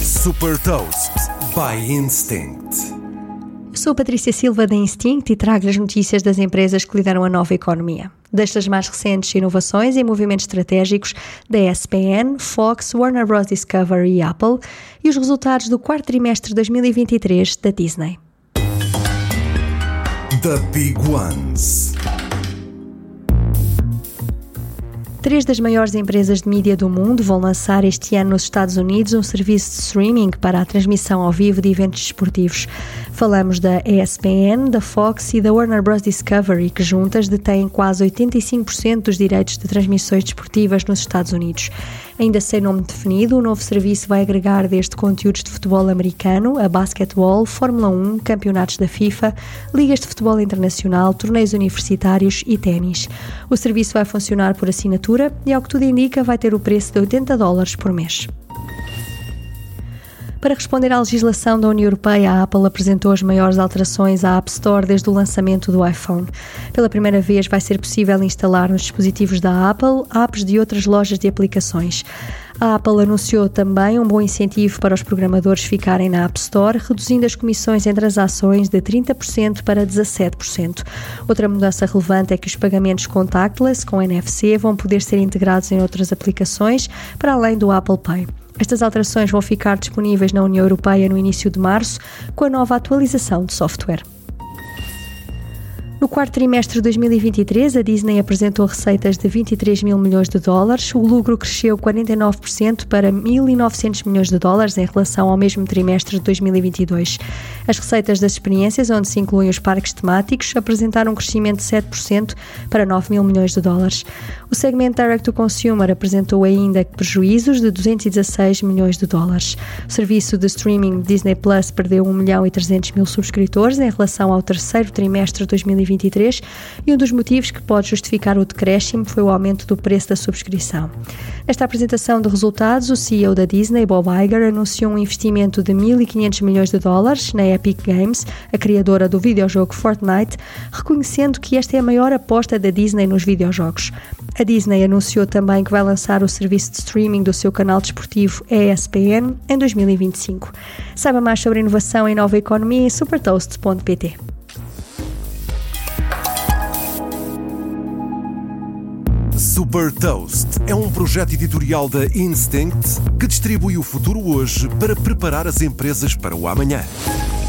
Super Toast by Instinct. Eu sou a Patrícia Silva da Instinct e trago as notícias das empresas que lideram a nova economia. Destas mais recentes inovações e movimentos estratégicos da ESPN, Fox, Warner Bros. Discovery e Apple e os resultados do quarto trimestre de 2023 da Disney. The Big Ones. 3 das maiores empresas de mídia do mundo vão lançar este ano nos Estados Unidos um serviço de streaming para a transmissão ao vivo de eventos desportivos. Falamos da ESPN, da Fox e da Warner Bros. Discovery, que juntas detêm quase 85% dos direitos de transmissões desportivas nos Estados Unidos. Ainda sem nome definido, o novo serviço vai agregar desde conteúdos de futebol americano a basquetebol, Fórmula 1, campeonatos da FIFA, ligas de futebol internacional, torneios universitários e ténis. O serviço vai funcionar por assinatura e, ao que tudo indica, vai ter o preço de $80 por mês. Para responder à legislação da União Europeia, a Apple apresentou as maiores alterações à App Store desde o lançamento do iPhone. Pela primeira vez vai ser possível instalar nos dispositivos da Apple apps de outras lojas de aplicações. A Apple anunciou também um bom incentivo para os programadores ficarem na App Store, reduzindo as comissões em transações de 30% para 17%. Outra mudança relevante é que os pagamentos contactless com NFC vão poder ser integrados em outras aplicações, para além do Apple Pay. Estas alterações vão ficar disponíveis na União Europeia no início de março, com a nova atualização de software. No quarto trimestre de 2023, a Disney apresentou receitas de $23 mil milhões, o lucro cresceu 49% para $1.900 milhões em relação ao mesmo trimestre de 2022. As receitas das experiências, onde se incluem os parques temáticos, apresentaram um crescimento de 7% para $9 mil milhões. O segmento Direct to Consumer apresentou ainda prejuízos de $216 milhões. O serviço de streaming Disney Plus perdeu 1.300.000 subscritores em relação ao terceiro trimestre de 2023 e um dos motivos que pode justificar o decréscimo foi o aumento do preço da subscrição. Nesta apresentação de resultados, o CEO da Disney, Bob Iger, anunciou um investimento de $1.500 milhões na Epic Games, a criadora do videojogo Fortnite, reconhecendo que esta é a maior aposta da Disney nos videojogos. A Disney anunciou também que vai lançar o serviço de streaming do seu canal desportivo ESPN em 2025. Saiba mais sobre inovação e nova economia em supertoast.pt. Super Toast é um projeto editorial da Instinct que distribui o futuro hoje para preparar as empresas para o amanhã.